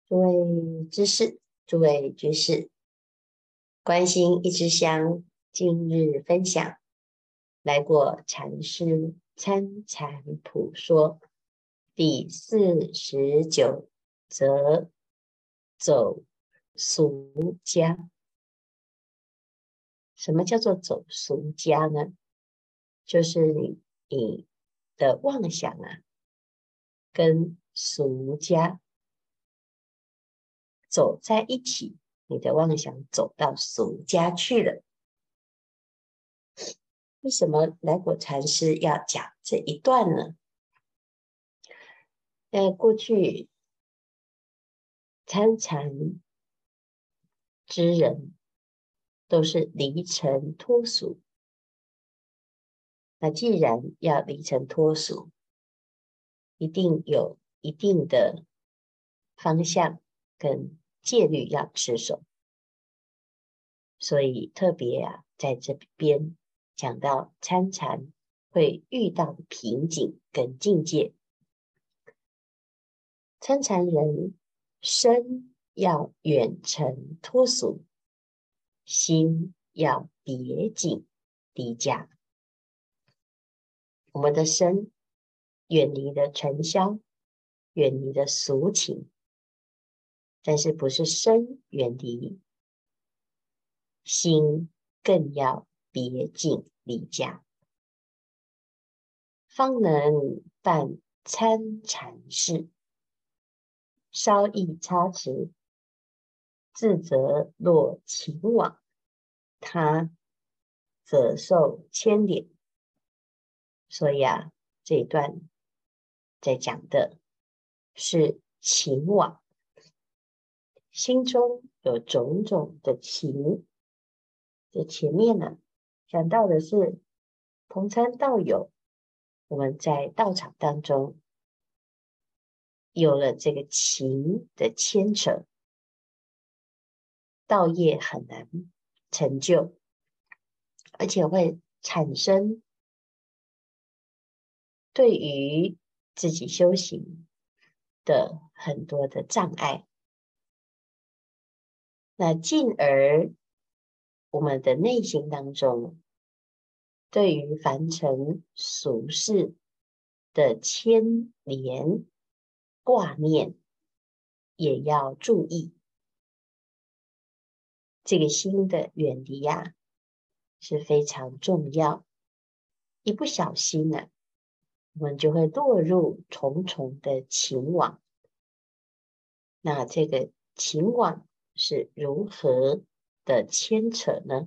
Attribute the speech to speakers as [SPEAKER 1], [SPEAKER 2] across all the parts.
[SPEAKER 1] 诸位知士，诸位居士，关心一支香，今日分享来过禅师参禅普说第49则走俗家。什么叫做走俗家呢？就是你的妄想啊，跟俗家走在一起，你的妄想走到俗家去了。为什么来果禅师要讲这一段呢？过去参禅之人都是离尘脱俗，那既然要离尘脱俗，一定有一定的方向跟戒律要持守，所以特别在这边讲到参禅会遇到的瓶颈跟境界。参禅人身要远尘脱俗，心要别境离家。我们的身远离了尘嚣，远离了俗情，但是不是身远离，心更要别境离家，方能办参禅事。稍一差池，自则落情网，他则受牵连。所以这一段在讲的是情网，心中有种种的情。这前面呢，讲到的是同参道友，我们在道场当中有了这个情的牵扯，道业很难成就，而且会产生对于自己修行的很多的障碍，那进而我们的内心当中对于凡尘俗世的牵连挂念也要注意。这个心的远离是非常重要，一不小心呢，我们就会落入重重的情网。那这个情网是如何的牵扯呢？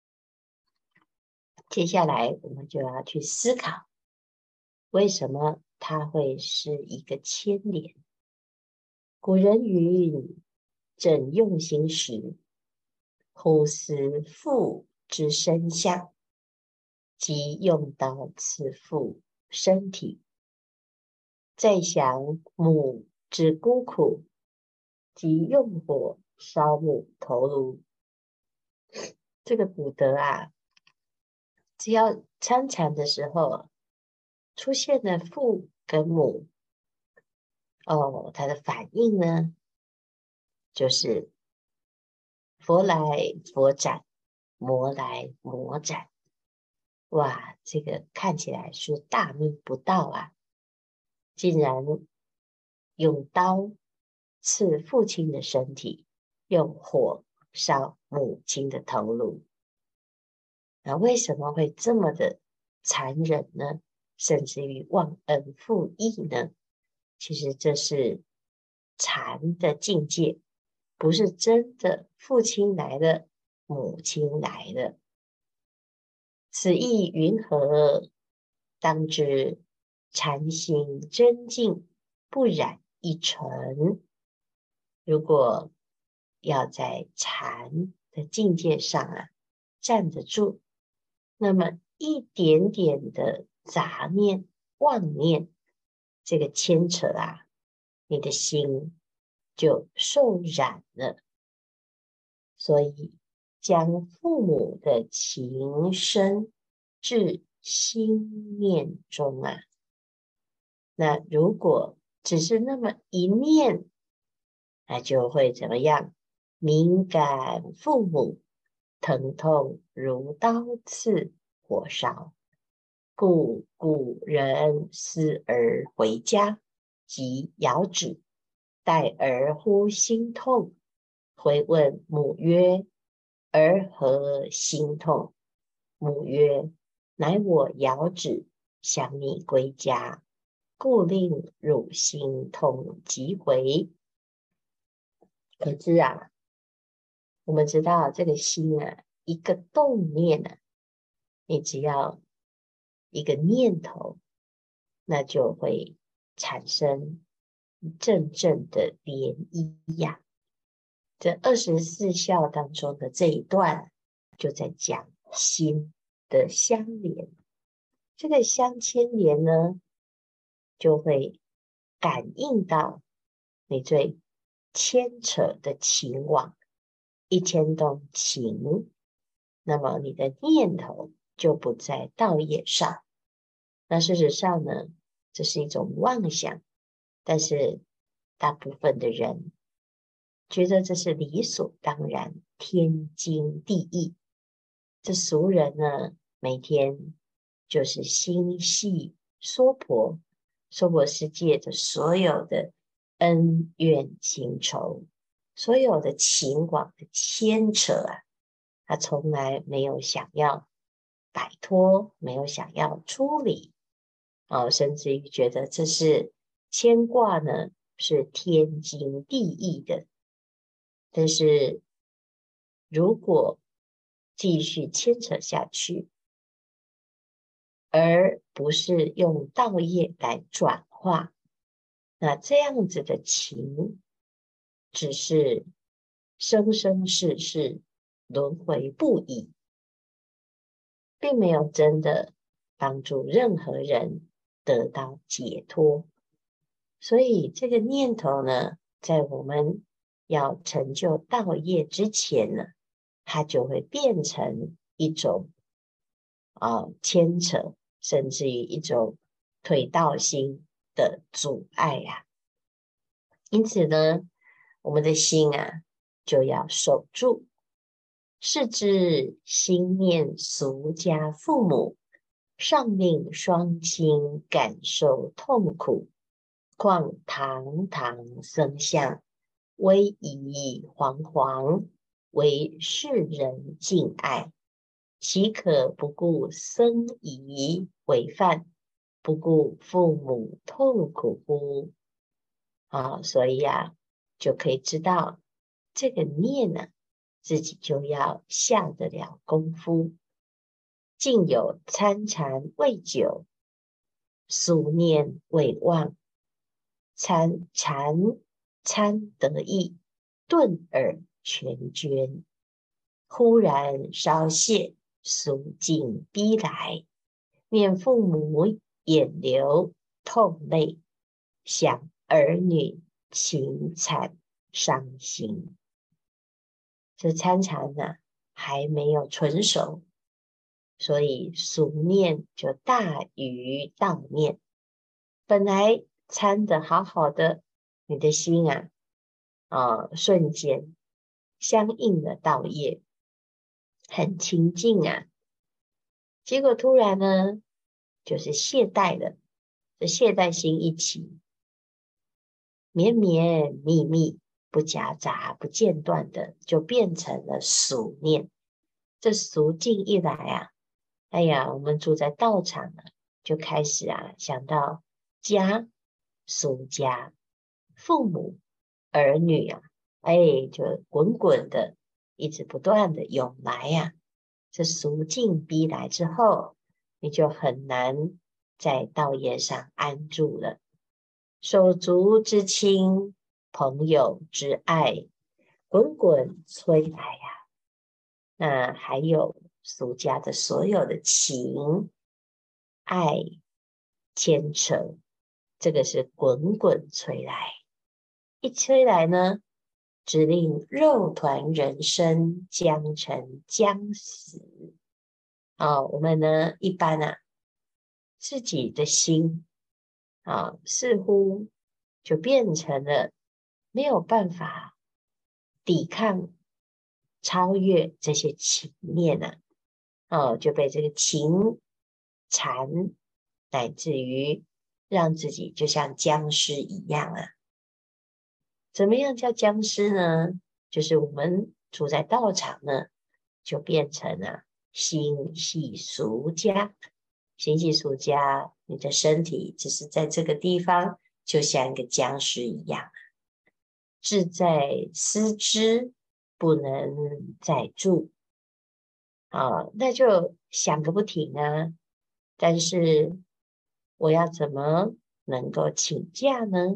[SPEAKER 1] 接下来我们就要去思考，为什么它会是一个牵连？古人云：正用心时，忽思妇之身相，即用刀刺妇身体；再想母之孤苦，即用火烧母头颅。这个古德只要参禅的时候出现了父跟母，他的反应呢，就是佛来佛斩，魔来魔斩。哇，这个看起来是大逆不道竟然用刀刺父亲的身体，用火烧母亲的头颅。那为什么会这么的残忍呢？甚至于忘恩负义呢？其实这是禅的境界，不是真的父亲来了，母亲来了。此意云何？当知禅心真净，不染一尘。如果要在禅的境界上站得住，那么一点点的杂念、妄念，这个牵扯你的心就受染了。所以将父母的情深至心念中那如果只是那么一念就会怎么样？敏感父母，疼痛如刀刺，火烧。故古人思儿回家，即遥指，待儿忽心痛，回问母曰：儿何心痛？母曰：乃我遥指，想你归家，故令汝心痛即回。可知啊，我们知道这个心啊，一个动念啊，你只要一个念头，那就会产生阵阵的涟漪呀。这24孝当中的这一段，就在讲心的相连。这个相牵连呢，就会感应到你最牵扯的情网，一牵动情，那么你的念头就不在道业上。那事实上呢，这是一种妄想，但是大部分的人觉得这是理所当然、天经地义。这俗人呢，每天就是心系娑婆，娑婆世界的所有的恩怨情仇，所有的情网的牵扯啊，他从来没有想要摆脱，没有想要处理，甚至于觉得这是牵挂呢，是天经地义的。但是如果继续牵扯下去，而不是用道业来转化，那这样子的情，只是生生世世轮回不已，并没有真的帮助任何人得到解脱。所以这个念头呢，在我们要成就道业之前呢，它就会变成一种牵扯，甚至于一种退道心的阻碍啊。因此呢，我们的心啊，就要守住。是知心念俗家父母，尚令双亲感受痛苦，况堂堂僧相，威仪煌煌，为世人敬爱，岂可不顾僧仪规范，不顾父母痛苦乎？所以就可以知道这个念呢，自己就要下得了功夫。竟有参禅未久，夙念未忘，参得意，顿耳全捐。忽然稍歇，肃静逼来，念父母眼流痛泪，想儿女情惨伤心。这参禅呢，还没有纯熟，所以俗念就大于道念。本来参得好好的，你的心瞬间相应的道业很清净啊，结果突然呢，就是懈怠了。这懈怠心一起，绵绵密密，不夹杂不间断的，就变成了俗念。这俗境一来哎呀，我们住在道场就开始想到家、俗家、父母、儿女就滚滚的，一直不断的涌来这俗境逼来之后，你就很难在道业上安住了。手足之亲，朋友之爱，滚滚催来那还有俗家的所有的情爱牵扯，这个是滚滚催来。一催来呢，只令肉团人生将成将死。我们呢一般自己的心似乎就变成了没有办法抵抗、超越这些情念就被这个情缠，乃至于让自己就像僵尸一样怎么样叫僵尸呢？就是我们处在道场呢，就变成了心系俗家。心系俗家，你的身体只是在这个地方，就像一个僵尸一样，志在思之，不能再住那就想个不停但是我要怎么能够请假呢？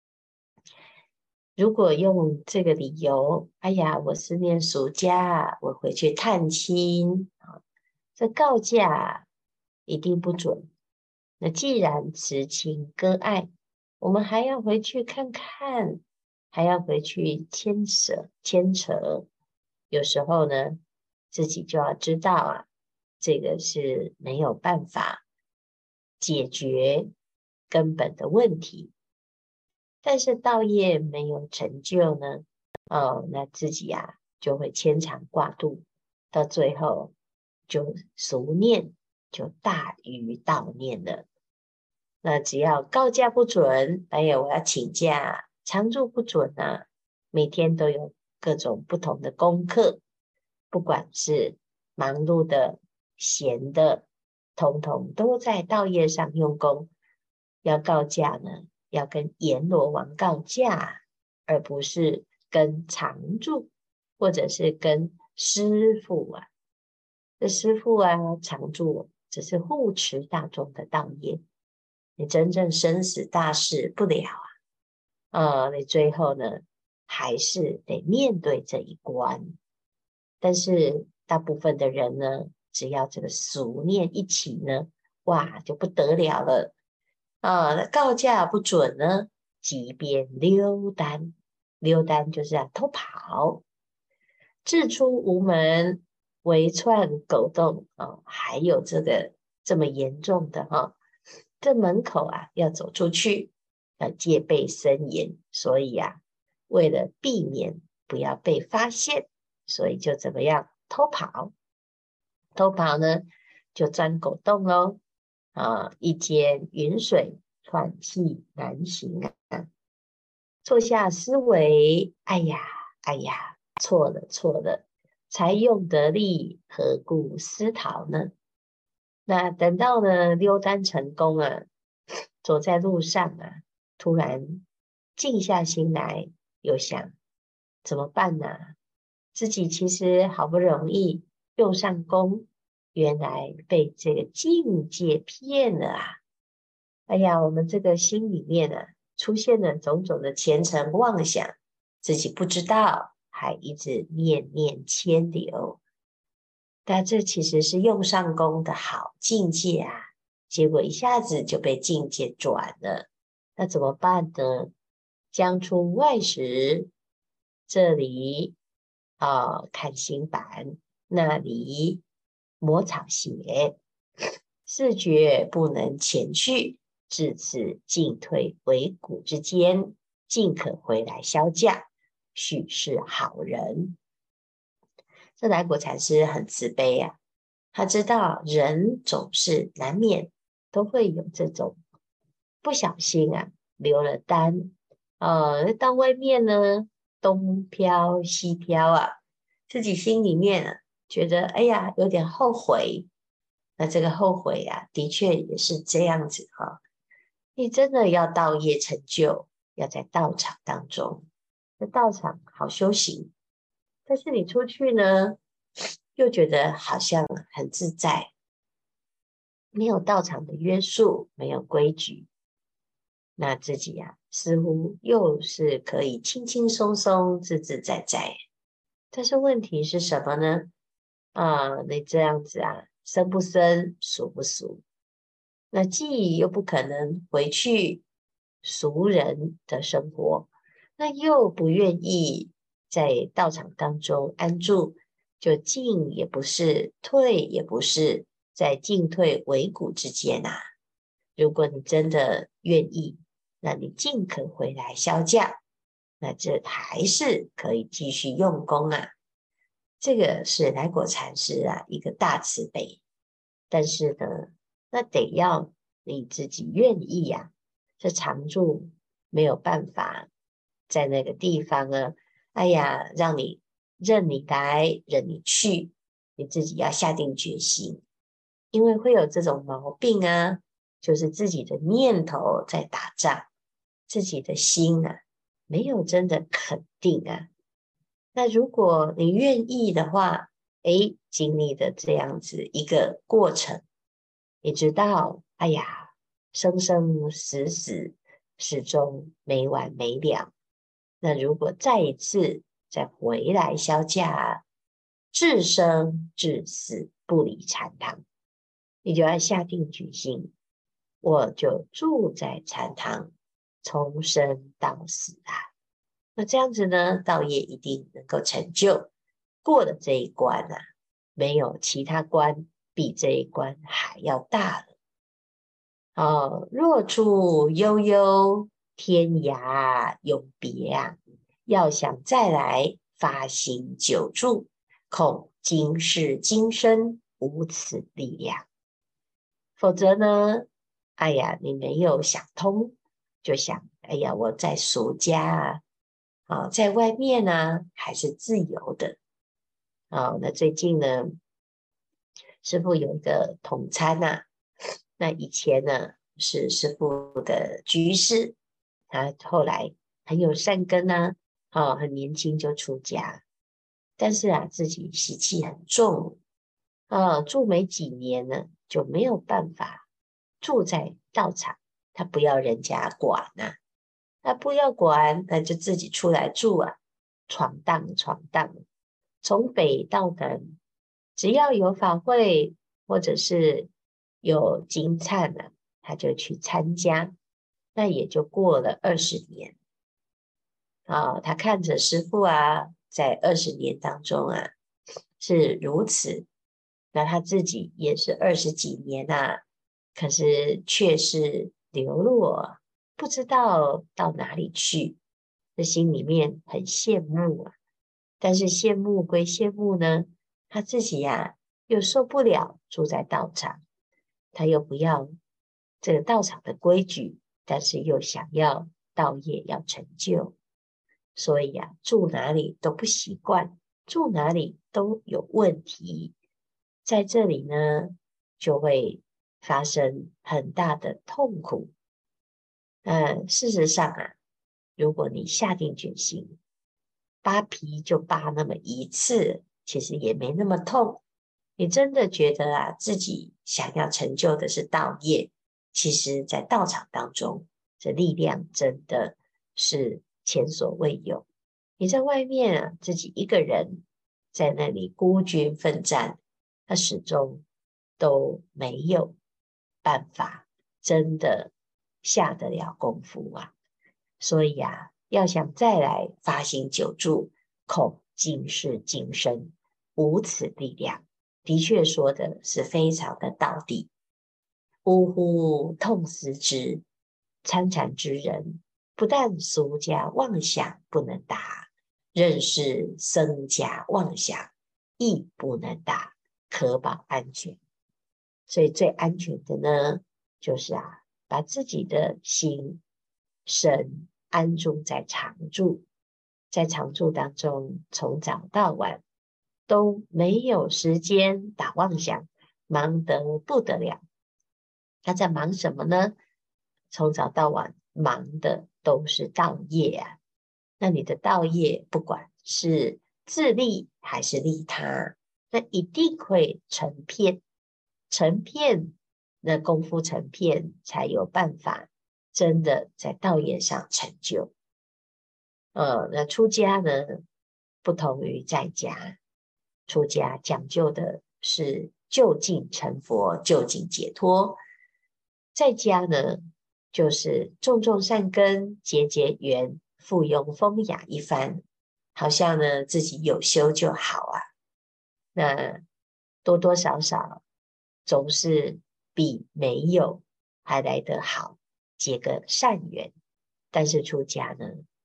[SPEAKER 1] 如果用这个理由，哎呀，我是念俗家，我回去探亲这告假一定不准。那既然此情割爱，我们还要回去看看，还要回去牵扯。有时候呢，自己就要知道这个是没有办法解决根本的问题。但是道业没有成就呢，那自己就会牵肠挂肚，到最后就俗念就大于道念了。那只要告假不准，哎呀，我要请假，常住不准每天都有各种不同的功课，不管是忙碌的、闲的，统统都在道业上用功。要告假呢，要跟阎罗王告假，而不是跟常住，或者是跟师父这师父常住只是护持大众的道业，你真正生死大事不了你最后呢还是得面对这一关。但是大部分的人呢，只要这个俗念一起呢，哇，就不得了了那告假不准呢，即便溜单，溜单就是偷跑，自出无门，围窜狗洞还有这个这么严重的这门口要走出去，戒备森严，所以为了避免不要被发现，所以就怎么样偷跑？偷跑呢，就钻狗洞咯一间云水，喘气难行坐下思维，哎呀，错了错了，才用得力，何故思逃呢？那等到呢溜单成功走在路上突然静下心来，又想怎么办呢？自己其实好不容易用上功，原来被这个境界骗了哎呀，我们这个心里面出现了种种的前尘妄想，自己不知道，还一直念念牵流。但这其实是用上功的好境界结果一下子就被境界转了，那怎么办呢？将出外时，这里看新版，那里抹草鞋，视觉不能前去，至此进退维谷之间，尽可回来销价，许是好人。这来果禅师很慈悲他知道人总是难免都会有这种不小心留了单到外面呢东飘西飘自己心里面觉得哎呀有点后悔。那这个后悔的确也是这样子你真的要道业成就，要在道场当中，在道场好修行。但是你出去呢，又觉得好像很自在，没有道场的约束，没有规矩，那自己似乎又是可以轻轻松松、自自在在。但是问题是什么呢？你这样子生不生，熟不熟？那既又不可能回去俗人的生活，那又不愿意在道场当中安住，就进也不是，退也不是，在进退维谷之间如果你真的愿意，那你尽可回来销价。 那这还是可以继续用功啊。这个是来果禅师啊一个大慈悲，但是呢，那得要你自己愿意呀。这常住没有办法在那个地方呢，哎呀，任你来，任你去，你自己要下定决心，因为会有这种毛病啊，就是自己的念头在打仗，自己的心啊没有真的肯定啊。那如果你愿意的话，经历的这样子一个过程，你知道，哎呀，生生死死，始终没完没了。那如果再一次再回来销假，至生至死不离禅堂，你就要下定决心，我就住在禅堂，从生到死啊。那这样子呢，道业一定能够成就，过了这一关啊，没有其他关比这一关还要大了。哦，若处悠悠，天涯永别啊！要想再来发心久住，恐今世今生无此力量。否则呢，哎呀，你没有想通，就想，哎呀，我在俗家在外面呢，还是自由的。那最近呢，师父有一个统餐呐，那以前呢是师父的居士，他后来很有善根呐，很年轻就出家，但是啊，自己习气很重，住没几年呢，就没有办法住在道场，他不要人家管呐，他不要管，那就自己出来住啊，闯荡闯荡，从北到南，只要有法会或者是有金灿呢，他就去参加，那也就过了20年他看着师父啊，在20年当中啊是如此，那他自己也是20几年啊，可是却是流落，不知道到哪里去，这心里面很羡慕啊。但是羡慕归羡慕呢，他自己呀又受不了住在道场，他又不要这个道场的规矩，但是又想要道业要成就，所以住哪里都不习惯，住哪里都有问题，在这里呢就会发生很大的痛苦。事实上如果你下定决心，扒皮就扒那么一次，其实也没那么痛。你真的觉得自己想要成就的是道业，其实在道场当中，这力量真的是前所未有。你在外面自己一个人在那里孤军奋战，他始终都没有办法真的下得了功夫啊。所以要想再来发心久住，恐今世今生无此力量。的确说的是非常的道地。呜呼，痛思之！参禅之人，不但俗家妄想不能达，认识僧家妄想亦不能达，可保安全。所以最安全的呢，就是把自己的心神安住在常住，在常住当中，从早到晚都没有时间打妄想，忙得不得了。他在忙什么呢？从早到晚忙的都是道业啊。那你的道业，不管是自利还是利他，那一定会成片。成片那功夫成片，才有办法真的在道业上成就。那出家呢，不同于在家，出家讲究的是就近成佛，就近解脱。在家呢，就是种种善根，结结缘，附庸风雅一番，好像呢自己有修就好啊。那多多少少总是比没有还来得好，结个善缘。但是出家呢，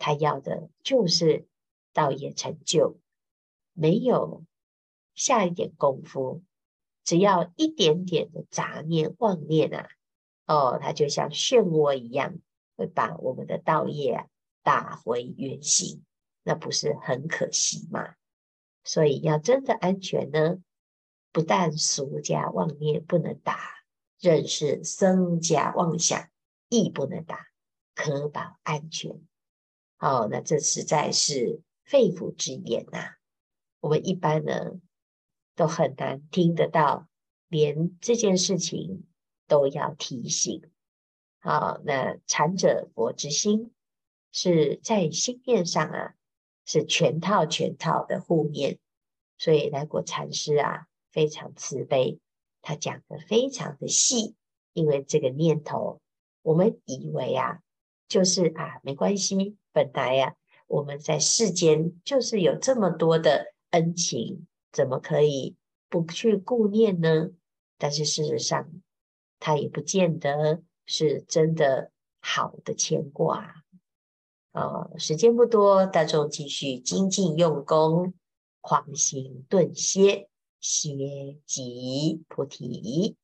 [SPEAKER 1] 他要的就是道业成就，没有下一点功夫，只要一点点的杂念妄念啊，它就像漩涡一样，会把我们的道业打回原形，那不是很可惜吗？所以要真的安全呢，不但俗家妄念不能打，认识僧家妄想亦不能打，可保安全。那这实在是肺腑之言呐，我们一般呢都很难听得到，连这件事情都要提醒。那禅者佛之心是在心念上是全套的护念，所以来果禅师非常慈悲，他讲的非常的细，因为这个念头我们以为就是没关系，本来我们在世间就是有这么多的恩情，怎么可以不去顾念呢？但是事实上它也不见得是真的好的牵挂。时间不多，大众继续精进用功，狂行顿歇，歇即菩提。